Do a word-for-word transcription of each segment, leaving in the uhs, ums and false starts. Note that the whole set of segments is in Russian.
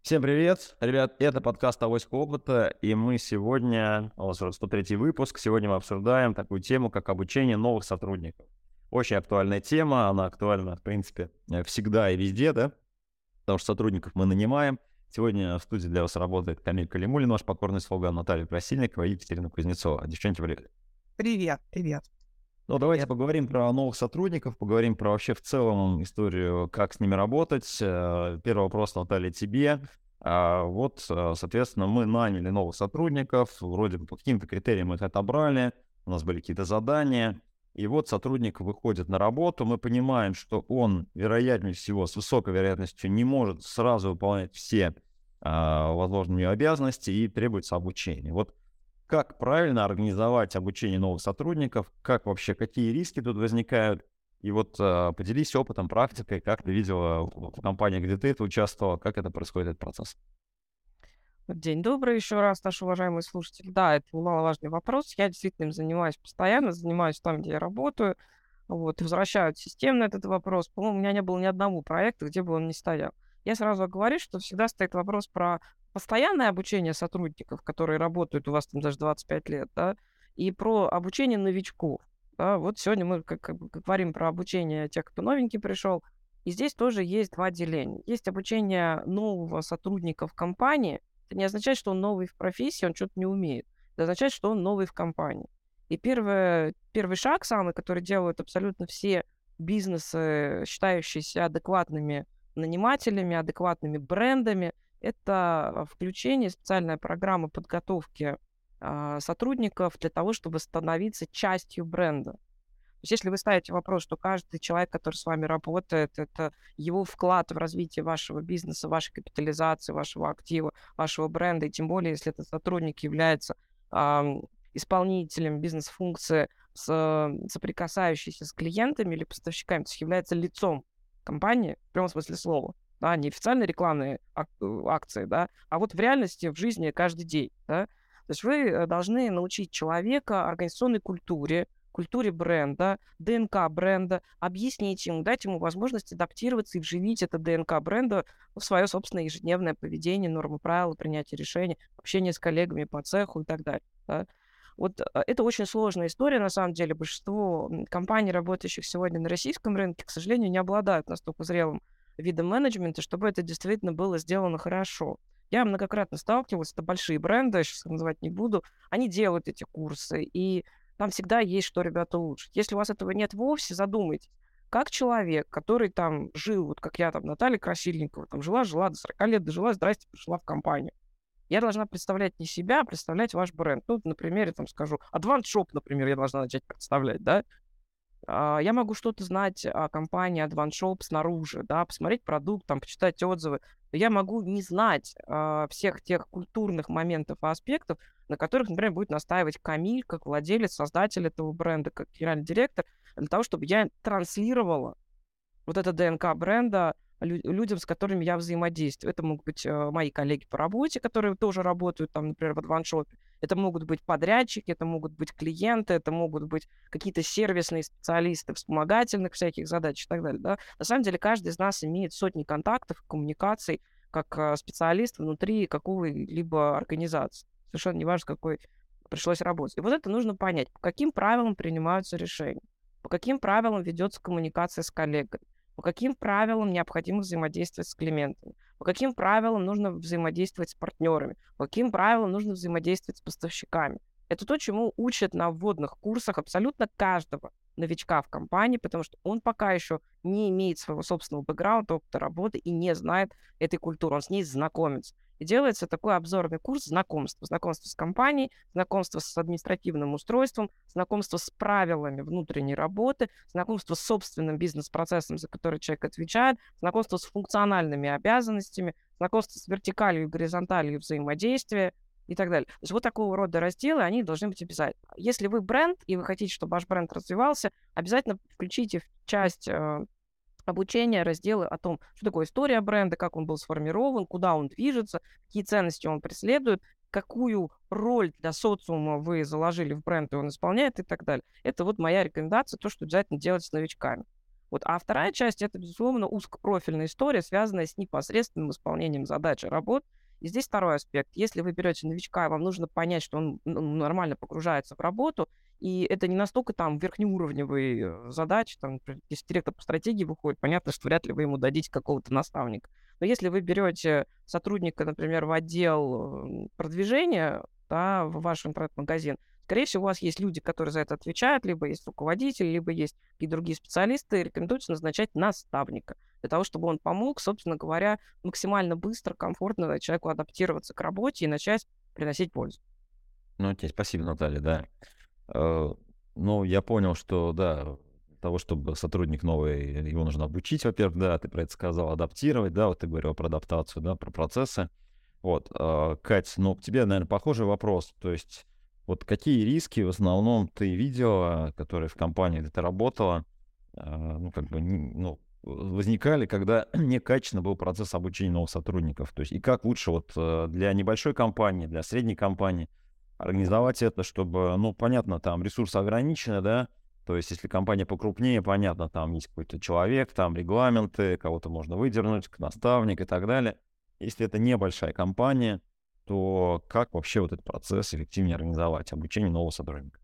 Всем привет, ребят, это подкаст «Авоська опыта», и мы сегодня, у нас уже сто третий выпуск, сегодня мы обсуждаем такую тему, как обучение новых сотрудников. Очень актуальная тема, она актуальна, в принципе, э, всегда и везде, да, потому что сотрудников мы нанимаем. Сегодня в студии для вас работает Камиль Калимуллин, наш покорный слуга, Наталья Красильникова и Екатерина Кузнецова. Девчонки, привет. Привет, привет. Ну, давайте поговорим про новых сотрудников, поговорим про вообще в целом историю, как с ними работать. Э, Первый вопрос, Наталья, тебе. А, Вот, э, соответственно, мы наняли новых сотрудников, вроде бы по каким-то критериям их отобрали, у нас были какие-то задания, и вот сотрудник выходит на работу, мы понимаем, что он, вероятнее всего, с высокой вероятностью не может сразу выполнять все а, возложенные обязанности и требуется обучение. Вот как правильно организовать обучение новых сотрудников, как вообще, какие риски тут возникают, и вот а, поделись опытом, практикой, как ты видела в в компании, где ты это участвовала, как это происходит, этот процесс. День добрый еще раз, наш уважаемый слушатель. Да, это немаловажный вопрос. Я действительно им занимаюсь постоянно, занимаюсь там, где я работаю. Вот, и возвращают системно этот вопрос. По-моему, у меня не было ни одного проекта, где бы он не стоял. Я сразу говорю, что всегда стоит вопрос про постоянное обучение сотрудников, которые работают у вас там даже двадцать пять лет, да, и про обучение новичков. Да. Вот сегодня мы как, как бы говорим про обучение тех, кто новенький пришел. И здесь тоже есть два деления. Есть обучение нового сотрудника в компании. Это не означает, что он новый в профессии, он что-то не умеет. Это означает, что он новый в компании. И первое, первый шаг самый, который делают абсолютно все бизнесы, считающиеся адекватными нанимателями, адекватными брендами, это включение специальной программы подготовки а, сотрудников для того, чтобы становиться частью бренда. То есть если вы ставите вопрос, что каждый человек, который с вами работает, это его вклад в развитие вашего бизнеса, вашей капитализации, вашего актива, вашего бренда, и тем более, если этот сотрудник является ам, исполнителем бизнес-функции, с, соприкасающийся с клиентами или поставщиками, то есть является лицом компании, в прямом смысле слова, да, не официальные рекламные ак- э, акции, да, а вот в реальности, в жизни каждый день, да. То есть вы э, должны научить человека организационной культуре, культуре бренда, ДНК бренда, объяснить ему, дать ему возможность адаптироваться и вживить это ДНК бренда в свое собственное ежедневное поведение, нормы, правила, принятие решений, общение с коллегами по цеху и так далее. Да. Вот э, это очень сложная история, на самом деле. Большинство м, компаний, работающих сегодня на российском рынке, к сожалению, не обладают настолько зрелым видом менеджмента, чтобы это действительно было сделано хорошо. Я многократно сталкивалась, это большие бренды, сейчас называть не буду, они делают эти курсы, и там всегда есть что ребята улучшить. Если у вас этого нет вовсе, задумайтесь, как человек, который там жил, вот как я там, Наталья Красильникова, там жила-жила, до сорока лет дожила, здрасте, пришла в компанию. Я должна представлять не себя, а представлять ваш бренд. Ну, на примере, там, скажу, Advanced Shop, например, я должна начать представлять, да. А, я могу что-то знать о компании Advanced Shop снаружи, да, посмотреть продукт, там, почитать отзывы. Но я могу не знать а, всех тех культурных моментов и аспектов, на которых, например, будет настаивать Камиль, как владелец, создатель этого бренда, как генеральный директор, для того, чтобы я транслировала вот это ДНК бренда лю- людям, с которыми я взаимодействую. Это могут быть э, мои коллеги по работе, которые тоже работают, там, например, в адваншопе. Это могут быть подрядчики, это могут быть клиенты, это могут быть какие-то сервисные специалисты вспомогательных всяких задач и так далее. Да? На самом деле каждый из нас имеет сотни контактов, коммуникаций, как э, специалист внутри какой-либо организации. Совершенно неважно, с какой пришлось работать. И вот это нужно понять, по каким правилам принимаются решения, по каким правилам ведется коммуникация с коллегами, по каким правилам необходимо взаимодействовать с клиентами, по каким правилам нужно взаимодействовать с партнерами, по каким правилам нужно взаимодействовать с поставщиками. Это то, чему учат на вводных курсах абсолютно каждого новичка в компании, потому что он пока еще не имеет своего собственного бэкграунда, опыта работы и не знает этой культуры, он с ней знакомится. И делается такой обзорный курс знакомства. Знакомство с компанией, знакомство с административным устройством, знакомство с правилами внутренней работы, знакомство с собственным бизнес-процессом, за который человек отвечает, знакомство с функциональными обязанностями, знакомство с вертикалью и горизонталью взаимодействия и так далее. То есть вот такого рода разделы, они должны быть обязательно. Если вы бренд, и вы хотите, чтобы ваш бренд развивался, обязательно включите в часть э, обучения разделы о том, что такое история бренда, как он был сформирован, куда он движется, какие ценности он преследует, какую роль для социума вы заложили в бренд, и он исполняет и так далее. Это вот моя рекомендация, то, что обязательно делать с новичками. Вот. А вторая часть — это, безусловно, узкопрофильная история, связанная с непосредственным исполнением задач и работ. И здесь второй аспект. Если вы берете новичка, вам нужно понять, что он ну, нормально погружается в работу, и это не настолько там верхнеуровневые э, задачи, там, например, если директор по стратегии выходит, понятно, что вряд ли вы ему дадите какого-то наставника. Но если вы берете сотрудника, например, в отдел э, продвижения, да, в ваш интернет-магазин, скорее всего, у вас есть люди, которые за это отвечают, либо есть руководитель, либо есть и другие специалисты, рекомендуется назначать наставника для того, чтобы он помог, собственно говоря, максимально быстро, комфортно человеку адаптироваться к работе и начать приносить пользу. Ну, окей, спасибо, Наталья, да. Э, Ну, я понял, что, да, для того, чтобы сотрудник новый, его нужно обучить, во-первых, да, ты про это сказал, адаптировать, да, вот ты говорил про адаптацию, да, про процессы. Вот, э, Кать, ну, к тебе, наверное, похожий вопрос. То есть, вот какие риски в основном ты видела, которые в компании, где ты работала, э, ну, как бы, н- ну, возникали, когда некачественно был процесс обучения новых сотрудников? То есть, и как лучше вот э, для небольшой компании, для средней компании организовать это, чтобы, ну, понятно, там ресурсы ограничены, да, то есть если компания покрупнее, понятно, там есть какой-то человек, там регламенты, кого-то можно выдернуть, наставник и так далее. Если это небольшая компания, то как вообще вот этот процесс эффективнее организовать, обучение нового сотрудника?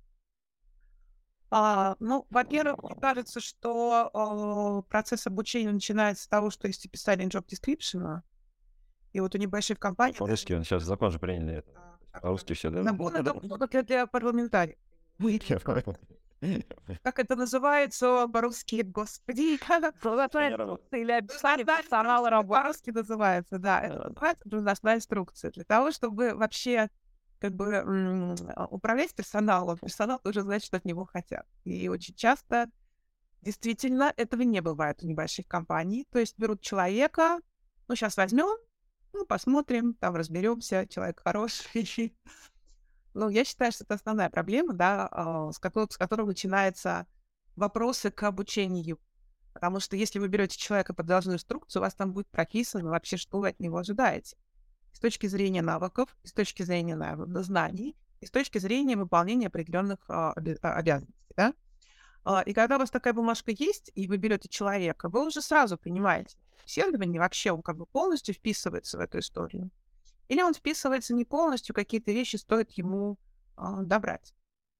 А, ну, во-первых, мне кажется, что э, процесс обучения начинается с того, что есть описание job description, и вот у небольших компаний... По-русски, он сейчас закон же приняли это. а, По-русски все, да? Закон это только для парламентариев. Я понял. Как это называется по-русски, господи? Или описание персонала работы. По-русски называется, да. Это называется должностная инструкция. Для того, чтобы вообще как бы м, а, управлять персоналом, персонал тоже знает, что от него хотят. И очень часто действительно этого не бывает у небольших компаний. То есть берут человека, ну, сейчас возьмем, ну, посмотрим, там разберемся, человек хороший. Ну, я считаю, что это основная проблема, да, а, с которой, с которой начинаются вопросы к обучению. Потому что если вы берете человека под должную инструкцию, у вас там будет прописано вообще, что вы от него ожидаете. С точки зрения навыков, с точки зрения нав- знаний, и с точки зрения выполнения определенных а, оби- а, обязанностей, да. А, И когда у вас такая бумажка есть, и вы берете человека, вы уже сразу понимаете, исследование вообще он как бы полностью вписывается в эту историю. Или он вписывается не полностью, какие-то вещи стоит ему а, добрать.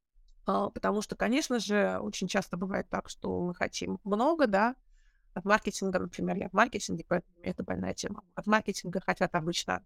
А, потому что, конечно же, очень часто бывает так, что мы хотим много, да, от маркетинга, например, я в маркетинге, поэтому это больная тема. От маркетинга хотят обычно,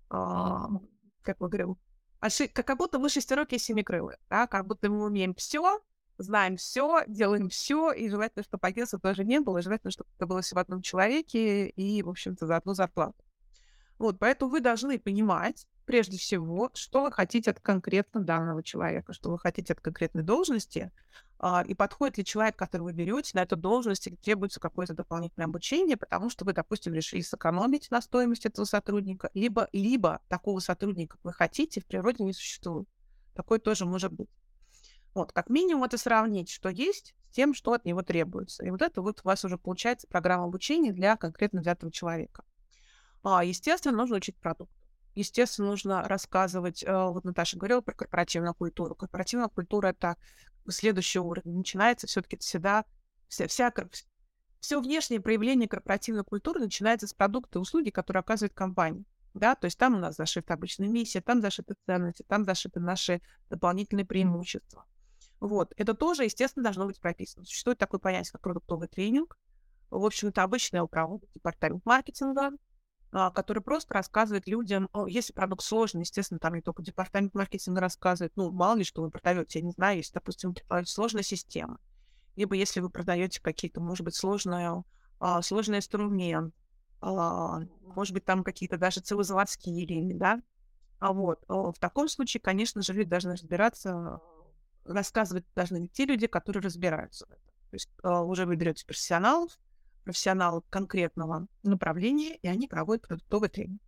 а, как мы говорим, оши- как как будто мы шестерокие семикрылые, да, как будто мы умеем все, знаем все, делаем все, и желательно, чтобы агентства тоже не было, и желательно, чтобы это было все в одном человеке и, в общем-то, за одну зарплату. Вот, поэтому вы должны понимать, прежде всего, что вы хотите от конкретно данного человека, что вы хотите от конкретной должности, а, и подходит ли человек, который вы берете на эту должность, или требуется какое-то дополнительное обучение, потому что вы, допустим, решили сэкономить на стоимости этого сотрудника, либо, либо такого сотрудника, как вы хотите, в природе не существует. Такое тоже может быть. Вот, как минимум это сравнить, что есть, с тем, что от него требуется. И вот это вот у вас уже получается программа обучения для конкретно взятого человека. А, естественно, нужно учить продукт. Естественно, нужно рассказывать, э, вот Наташа говорила про корпоративную культуру. Корпоративная культура — это следующий уровень. Начинается все-таки всегда, вся, вся, все внешнее проявление корпоративной культуры начинается с продукта и услуги, которые оказывает компания. Да, то есть там у нас зашита обычная миссия, там зашиты ценности, там зашиты наши дополнительные преимущества. Вот. Это тоже, естественно, должно быть прописано. Существует такое понятие, как продуктовый тренинг. В общем-то, обычная управа департамент маркетинга, а, который просто рассказывает людям, о, если продукт сложный, естественно, там не только департамент маркетинга рассказывает, ну, мало ли, что вы продаете, я не знаю, если, допустим, э, сложная система, либо если вы продаете какие-то, может быть, сложные, а, сложный инструмент, а, может быть, там какие-то даже целозаводские линии, да, а вот, о, в таком случае, конечно же, люди должны разбираться, рассказывать должны те люди, которые разбираются в этом. То есть а, уже вы берете профессионалов, профессионалов конкретного направления, и они проводят продуктовый тренинг.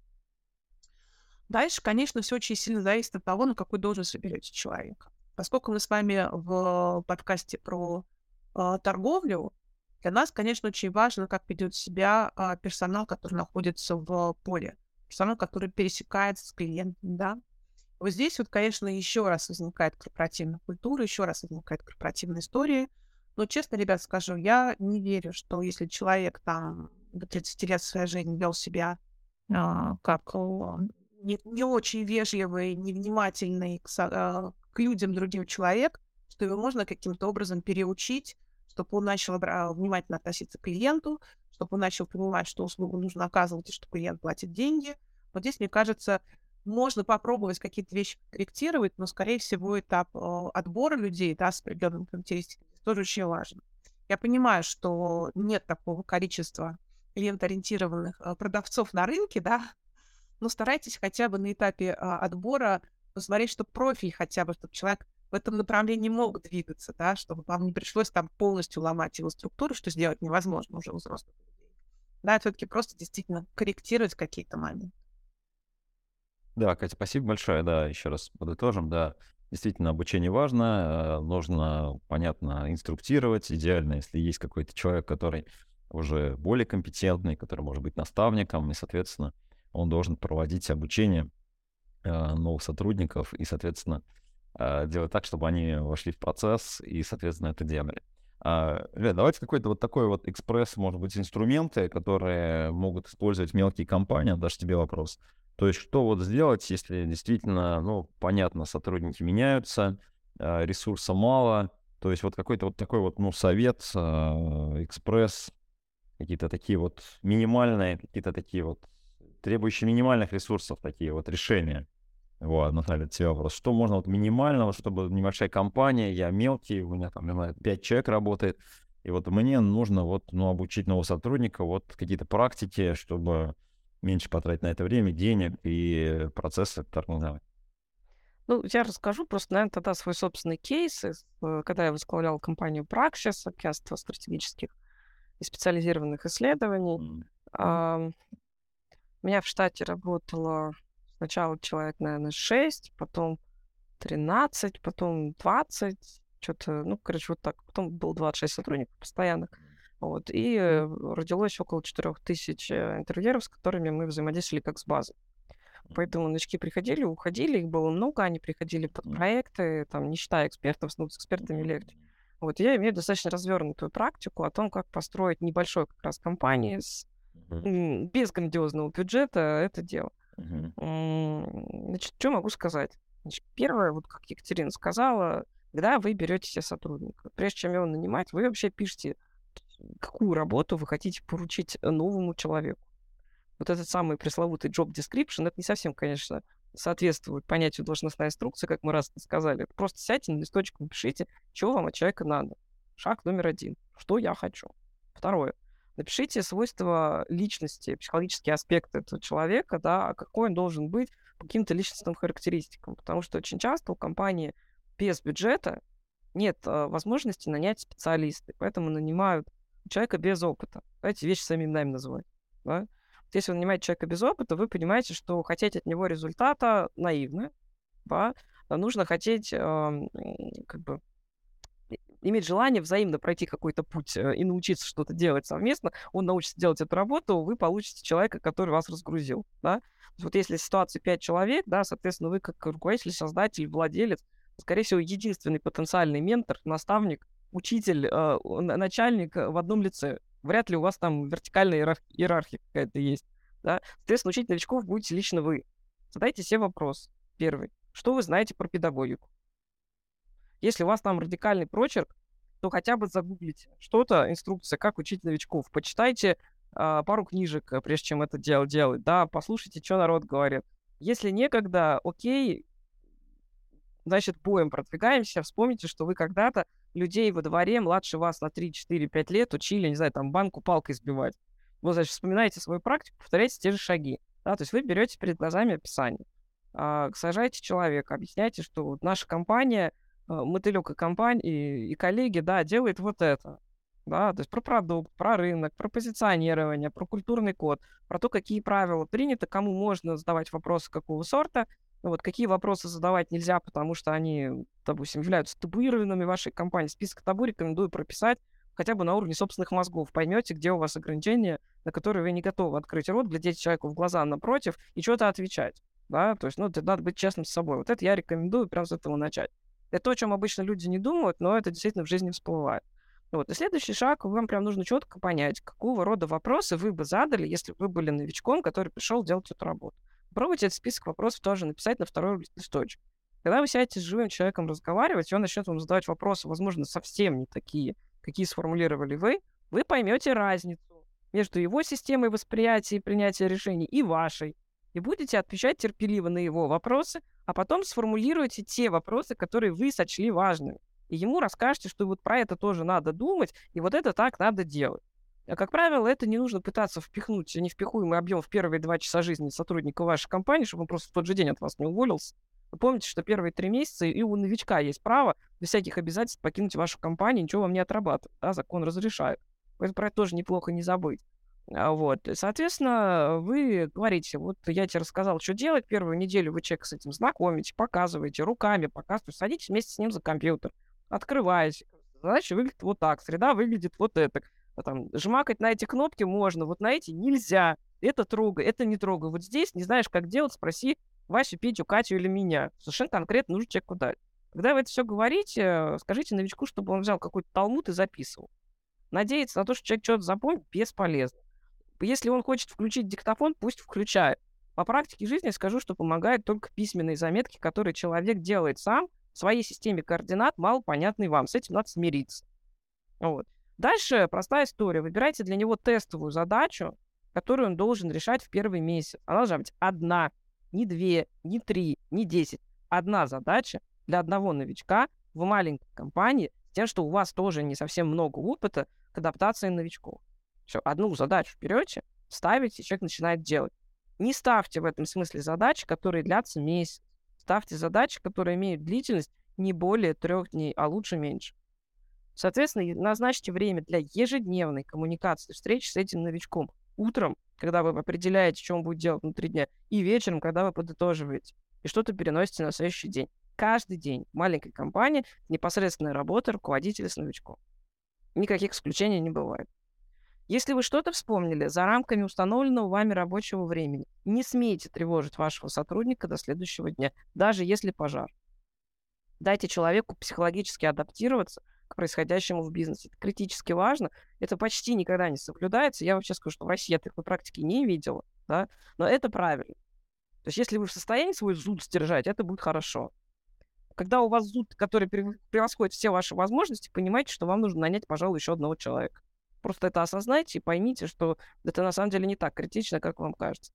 Дальше, конечно, все очень сильно зависит от того, на какую должность вы берете человека. Поскольку мы с вами в подкасте про а, торговлю, для нас, конечно, очень важно, как ведет себя а, персонал, который находится в поле, персонал, который пересекается с клиентом, да. Вот здесь вот, конечно, еще раз возникает корпоративная культура, еще раз возникает корпоративная история. Но честно, ребят, скажу, я не верю, что если человек там до тридцати лет своей жизни вел себя а, как а, не, не очень вежливый, невнимательный к, со- а, к людям другим человек, что его можно каким-то образом переучить, чтобы он начал обра- внимательно относиться к клиенту, чтобы он начал понимать, что услугу нужно оказывать и что клиент платит деньги. Вот здесь, мне кажется, можно попробовать какие-то вещи корректировать, но, скорее всего, этап э, отбора людей, да, с определенными характеристиками тоже очень важен. Я понимаю, что нет такого количества клиент-ориентированных э, продавцов на рынке, да, но старайтесь хотя бы на этапе э, отбора посмотреть, что профиль хотя бы, чтобы человек в этом направлении мог двигаться, да, чтобы вам не пришлось там полностью ломать его структуру, что сделать невозможно уже у взрослых людей. Да, все-таки просто действительно корректировать какие-то моменты. Да, Катя, спасибо большое. Да, еще раз подытожим. Да, действительно, обучение важно. э, Нужно, понятно, инструктировать. Идеально, если есть какой-то человек, который уже более компетентный, который может быть наставником, и, соответственно, он должен проводить обучение э, новых сотрудников и, соответственно, э, делать так, чтобы они вошли в процесс и, соответственно, это делали. А, Лен, давайте какой-то вот такой вот экспресс, может быть, инструменты, которые могут использовать мелкие компании. Даже тебе вопрос. То есть что вот сделать, если действительно, ну, понятно, сотрудники меняются, э, ресурса мало. То есть вот какой-то вот такой вот, ну, совет, э, экспресс, какие-то такие вот минимальные, какие-то такие вот требующие минимальных ресурсов такие вот решения. Вот, Наталья, тебе вопрос. Что можно вот минимального, чтобы небольшая компания, я мелкий, у меня там, не знаю, пять человек работает, и вот мне нужно вот, ну, обучить нового сотрудника, вот какие-то практики, чтобы меньше потратить на это время, денег и процессы торговли. Ну, я расскажу просто, наверное, тогда свой собственный кейс. из, э, Когда я возглавляла компанию Praxis, агентство стратегических и специализированных исследований, М. ам, у меня в штате работало сначала человек, наверное, шесть, потом тринадцать, потом двадцать, что-то, ну, короче, вот так. Потом было двадцать шесть сотрудников постоянных. Вот, и э, родилось около четырех тысяч э, интервьюеров, с которыми мы взаимодействовали как с базой. Поэтому новички приходили, уходили, их было много, они приходили под Мгм. проекты, там, не считая экспертов, ну, с экспертами легче. Вот, я имею достаточно развернутую практику о том, как построить небольшой как раз компании с, Мгм. м, без грандиозного бюджета это дело. Мгм. М, Значит, что могу сказать? Значит, первое, вот как Екатерина сказала, когда вы берете себе сотрудника, прежде чем его нанимать, вы вообще пишете, какую работу вы хотите поручить э, новому человеку. Вот этот самый пресловутый job description, это не совсем, конечно, соответствует понятию должностная инструкция, как мы раз сказали. Просто сядьте на листочек, напишите, чего вам от человека надо. Шаг номер один. Что я хочу. Второе. Напишите свойства личности, психологические аспекты этого человека, да, какой он должен быть по каким-то личностным характеристикам. Потому что очень часто у компании без бюджета нет э, возможности нанять специалиста, поэтому нанимают человека без опыта. Давайте вещи своими именами называть. Да? Если вы нанимаете человека без опыта, вы понимаете, что хотеть от него результата наивно, да? А нужно хотеть, эм, как бы, и- иметь желание взаимно пройти какой-то путь э, и научиться что-то делать совместно. Он научится делать эту работу, вы получите человека, который вас разгрузил, да? То есть вот если ситуация пять человек, да, соответственно, вы как руководитель, создатель, владелец, скорее всего, единственный потенциальный ментор, наставник, учитель, э, н- начальник э, в одном лице. Вряд ли у вас там вертикальная иерарх- иерархия какая-то есть. Да? Соответственно, учить новичков будете лично вы. Задайте себе вопрос. Первый. Что вы знаете про педагогику? Если у вас там радикальный прочерк, то хотя бы загуглите что-то, инструкция, как учить новичков. Почитайте а, пару книжек, э, прежде чем это дело делать. Да, послушайте, что народ говорит. Если некогда, окей, значит, боем продвигаемся. Вспомните, что вы когда-то людей во дворе младше вас на три, четыре, пять лет учили, не знаю, там, банку палкой сбивать. Вот, значит, вспоминайте свою практику, повторяйте те же шаги. Да? То есть вы берете перед глазами описание, а, сажаете человека, объясняете, что вот наша компания, а, мотылек и компания, и, и коллеги, да, делает вот это. Да, то есть про продукт, про рынок, про позиционирование, про культурный код, про то, какие правила приняты, кому можно задавать вопросы какого сорта, вот какие вопросы задавать нельзя, потому что они, допустим, являются табуированными в вашей компании. Список табу рекомендую прописать хотя бы на уровне собственных мозгов. Поймете, где у вас ограничения, на которые вы не готовы открыть рот, глядеть человеку в глаза напротив и что-то отвечать. Да, то есть, ну, это надо быть честным с собой. Вот это я рекомендую прямо с этого начать. Это то, о чем обычно люди не думают, но это действительно в жизни всплывает. Вот. И следующий шаг, вам прям нужно четко понять, какого рода вопросы вы бы задали, если бы вы были новичком, который пришел делать эту работу. Попробуйте этот список вопросов тоже написать на второй листочек. Когда вы сядете с живым человеком разговаривать, и он начнет вам задавать вопросы, возможно, совсем не такие, какие сформулировали вы, вы поймете разницу между его системой восприятия и принятия решений и вашей. И будете отвечать терпеливо на его вопросы, а потом сформулируете те вопросы, которые вы сочли важными. И ему расскажете, что вот про это тоже надо думать, и вот это так надо делать. А, как правило, это не нужно пытаться впихнуть невпихуемый объем в первые два часа жизни сотрудника вашей компании, чтобы он просто в тот же день от вас не уволился. Вы помните, что первые три месяца и у новичка есть право без всяких обязательств покинуть вашу компанию, ничего вам не отрабатывать. Да, закон разрешает. Поэтому про это тоже неплохо не забыть. А, Вот. Соответственно, вы говорите, вот я тебе рассказал, что делать. Первую неделю вы человека с этим знакомите, показываете, руками показываете, садитесь вместе с ним за компьютер, открываете. Задача выглядит вот так, среда выглядит вот это. А там, жмакать на эти кнопки можно, вот на эти нельзя. Это трогай, это не трогай. Вот здесь не знаешь, как делать, спроси Васю, Петю, Катю или меня. Совершенно конкретно нужно человеку дать. Когда вы это все говорите, скажите новичку, чтобы он взял какой-то талмуд и записывал. Надеяться на то, что человек что-то запомнит, бесполезно. Если он хочет включить диктофон, пусть включает. По практике жизни я скажу, что помогают только письменные заметки, которые человек делает сам в своей системе координат, мало понятной вам. С этим надо смириться. Вот. Дальше простая история. Выбирайте для него тестовую задачу, которую он должен решать в первый месяц. Она должна быть одна, не две, не три, не десять. Одна задача для одного новичка в маленькой компании с тем, что у вас тоже не совсем много опыта к адаптации новичков. Все, одну задачу берете, ставите, и человек начинает делать. Не ставьте в этом смысле задачи, которые длятся месяц. Ставьте задачи, которые имеют длительность не более трех дней, а лучше меньше. Соответственно, назначьте время для ежедневной коммуникации, встречи с этим новичком. Утром, когда вы определяете, что он будет делать внутри дня, и вечером, когда вы подытоживаете, и что-то переносите на следующий день. Каждый день в маленькой компании непосредственная работа руководителя с новичком. Никаких исключений не бывает. Если вы что-то вспомнили за рамками установленного вами рабочего времени, не смейте тревожить вашего сотрудника до следующего дня, даже если пожар. Дайте человеку психологически адаптироваться к происходящему в бизнесе. Это критически важно. Это почти никогда не соблюдается. Я вообще скажу, что в России я такой практики не видела, да? Но это правильно. То есть если вы в состоянии свой зуд сдержать, это будет хорошо. Когда у вас зуд, который превосходит все ваши возможности, понимайте, что вам нужно нанять, пожалуй, еще одного человека. Просто это осознайте и поймите, что это на самом деле не так критично, как вам кажется.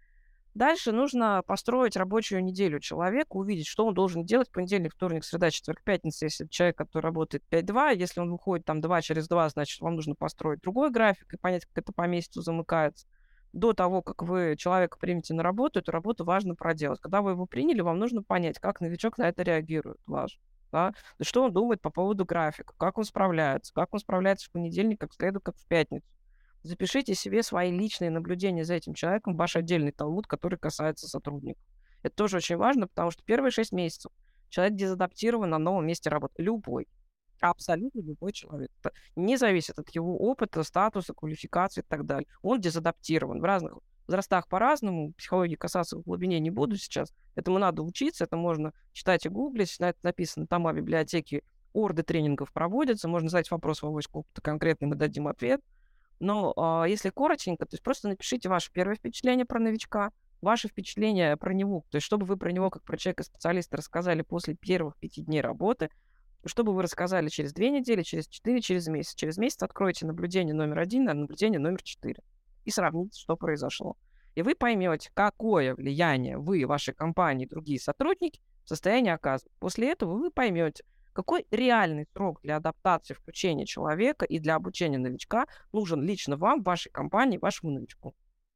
Дальше нужно построить рабочую неделю человека, увидеть, что он должен делать в понедельник, вторник, среда, четверг, пятница, если человек, который работает пять-два, если он выходит там два через два, значит, вам нужно построить другой график и понять, как это по месяцу замыкается. До того, как вы человека примете на работу, эту работу важно проделать. Когда вы его приняли, вам нужно понять, как новичок на это реагирует. Важно. Да? Что он думает по поводу графика, как он справляется, как он справляется в понедельник, как в среду, как в пятницу. Запишите себе свои личные наблюдения за этим человеком, ваш отдельный талмуд, который касается сотрудников. Это тоже очень важно, потому что первые шесть месяцев человек дезадаптирован на новом месте работы. Любой. Абсолютно любой человек. Это не зависит от его опыта, статуса, квалификации и так далее. Он дезадаптирован в разных возрастах по-разному. Психологии касаться в глубине не буду сейчас. Этому надо учиться, это можно читать и гуглить. На это написано тома библиотеки, орды тренингов проводятся. Можно задать вопрос в авоську опыта конкретный, мы дадим ответ. Но э, если коротенько, то есть просто напишите ваше первое впечатление про новичка, ваше впечатление про него, то есть чтобы вы про него, как про человека-специалиста, рассказали после первых пяти дней работы, чтобы вы рассказали через две недели, через четыре, через месяц. Через месяц откройте наблюдение номер один, а наблюдение номер четыре и сравните, что произошло. И вы поймете, какое влияние вы, вашей компании и другие сотрудники в состоянии оказывать. После этого вы поймете, какой реальный срок для адаптации, включения человека и для обучения новичка нужен лично вам, вашей компании, вашему новичку.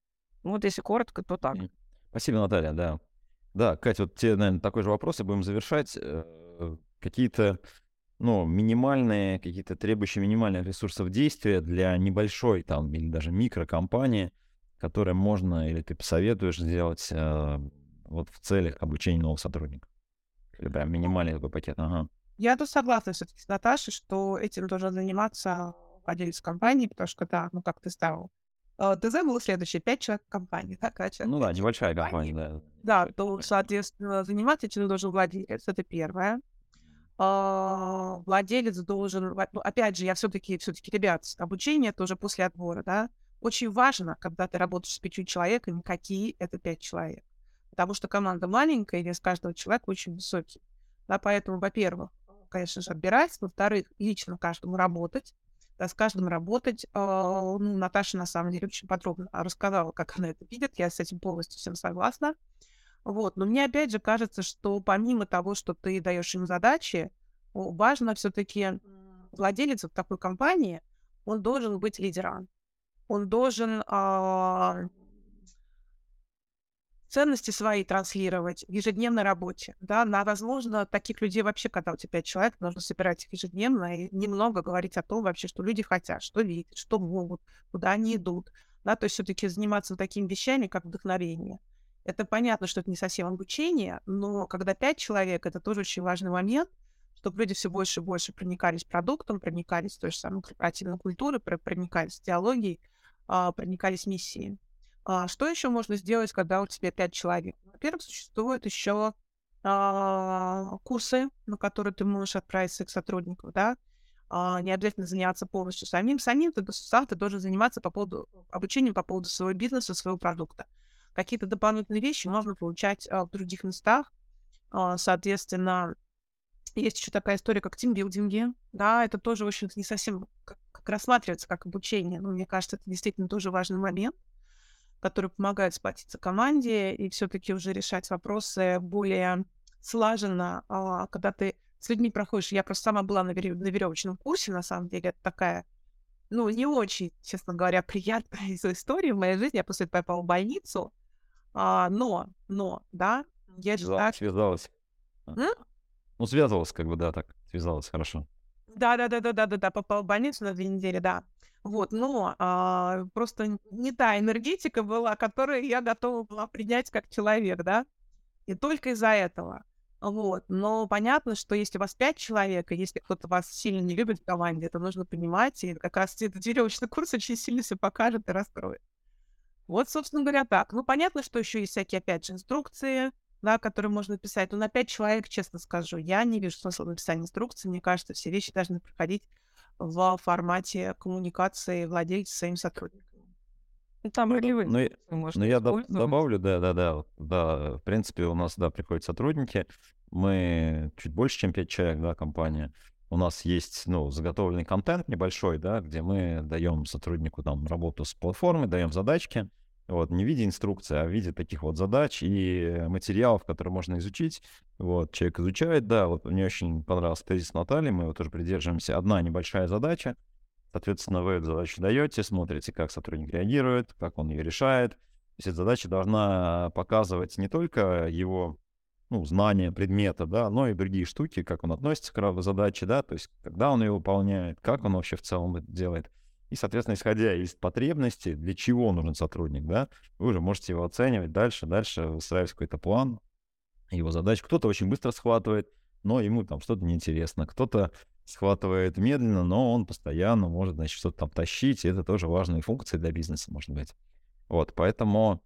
Ну вот если коротко, то так. Спасибо, Наталья, да. Да, Катя, вот тебе, наверное, такой же вопрос, и будем завершать. Какие-то, ну, минимальные, какие-то требующие минимальных ресурсов действия для небольшой там или даже микрокомпании, которые можно или ты посоветуешь сделать э, вот в целях обучения новых сотрудников? Или прям минимальный такой пакет, ага. Я тут согласна все-таки с Наташей, что этим должен заниматься владелец компании, потому что, да, ну как ты ставил. ТЗ было следующее, пять человек в компании, да, Катя? Ну да, небольшая компания, да. Да, то, соответственно, заниматься этим должен владелец, это первое. а, владелец должен, во- ну, опять же, я все-таки, все-таки, ребят, обучение тоже после отбора, да, очень важно, когда ты работаешь с пятью человеками, какие это пять человек. Потому что команда маленькая, и вес каждого человека очень высокий. Да, поэтому, во-первых, конечно же, отбирать, во-вторых, лично каждому работать, да, с каждым работать. А, ну, Наташа, на самом деле, очень подробно рассказала, как она это видит, я с этим полностью всем согласна. Вот. Но мне опять же кажется, что помимо того, что ты даешь им задачи, о, важно все-таки владелец вот такой компании, он должен быть лидером. Он должен а, ценности свои транслировать в ежедневной работе. Да, на, возможно, таких людей вообще, когда у тебя пять человек, нужно собирать их ежедневно и немного говорить о том вообще, что люди хотят, что видят, что могут, куда они идут. Да, то есть все-таки заниматься такими вещами, как вдохновение. Это понятно, что это не совсем обучение, но когда пять человек, это тоже очень важный момент, чтобы люди все больше и больше проникались продуктом, проникались той же самой корпоративной культурой, про- проникались идеологией, а, проникались миссией. А, что еще можно сделать, когда у тебя пять человек? Во-первых, существуют еще а, курсы, на которые ты можешь отправить своих сотрудников, да. А, не обязательно заниматься полностью самим. Самим ты, сам ты должен заниматься по поводу обучением по поводу своего бизнеса, своего продукта. Какие-то дополнительные вещи можно получать а, в других местах. А, соответственно, есть еще такая история, как тимбилдинги. Да, это тоже, в общем-то, не совсем как, как рассматривается как обучение, но мне кажется, это действительно тоже важный момент, который помогает сплотиться команде и все-таки уже решать вопросы более слаженно, а, когда ты с людьми проходишь. Я просто сама была на, вере- на веревочном курсе, на самом деле, это такая, ну, не очень, честно говоря, приятная из- история в моей жизни. Я после этого попала в больницу, а, но, но, да, я Связалась. считаю... связалась. А. М? Ну, связывалась, как бы, да, так. Связалась, хорошо. Да-да-да-да-да-да-да, попала в больницу на две недели, да. Вот, но а, просто н- не та энергетика была, которую я готова была принять как человек, да. И только из-за этого. Вот. Но понятно, что если у вас пять человек, и если кто-то вас сильно не любит в команде, это нужно понимать, и как раз этот веревочный курс очень сильно все покажет и раскроет. Вот, собственно говоря, так. Ну, понятно, что еще есть всякие, опять же, инструкции, да, которые можно писать. Но на пять человек, честно скажу, я не вижу смысла написания инструкции. Мне кажется, все вещи должны проходить в формате коммуникации владельца со своими сотрудниками. Ну, там ролевые Ну, и- инструкции ну можно я доп- использовать. добавлю, да, да, да, вот, да, в принципе, у нас, да, приходят сотрудники, мы чуть больше, чем пять человек, да, компания. У нас есть, ну, заготовленный контент небольшой, да, где мы даем сотруднику там работу с платформой, даем задачки, вот, не в виде инструкции, а в виде таких вот задач и материалов, которые можно изучить. Вот, человек изучает, да, вот мне очень понравился тезис Натальи, мы его тоже придерживаемся. Одна небольшая задача, соответственно, вы эту задачу даете, смотрите, как сотрудник реагирует, как он ее решает. То есть эта задача должна показывать не только его, ну, знание предмета, да, но и другие штуки, как он относится к ра- задаче, да, то есть когда он ее выполняет, как он вообще в целом это делает. И, соответственно, исходя из потребностей, для чего нужен сотрудник, да, вы уже можете его оценивать дальше, дальше выстраивать какой-то план, его задач. Кто-то очень быстро схватывает, но ему там что-то неинтересно. Кто-то схватывает медленно, но он постоянно может, значит, что-то там тащить, и это тоже важные функции для бизнеса, может быть. Вот, поэтому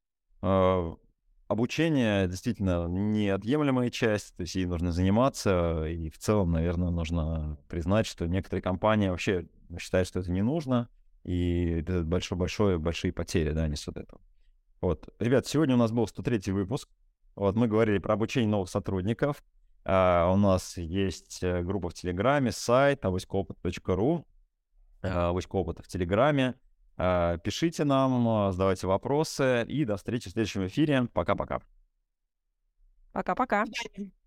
э, обучение действительно неотъемлемая часть, то есть ей нужно заниматься, и в целом, наверное, нужно признать, что некоторые компании вообще считают, что это не нужно, и это большое-большое, большие потери, да, несут это. Вот, ребят, сегодня у нас был сто третий выпуск. Вот, мы говорили про обучение новых сотрудников. А, у нас есть э, группа в Телеграме, сайт авоська опыт точка ру, авоська опыта в Телеграме. А, пишите нам, а, задавайте вопросы, и до встречи в следующем эфире. Пока-пока. Пока-пока. До свидания.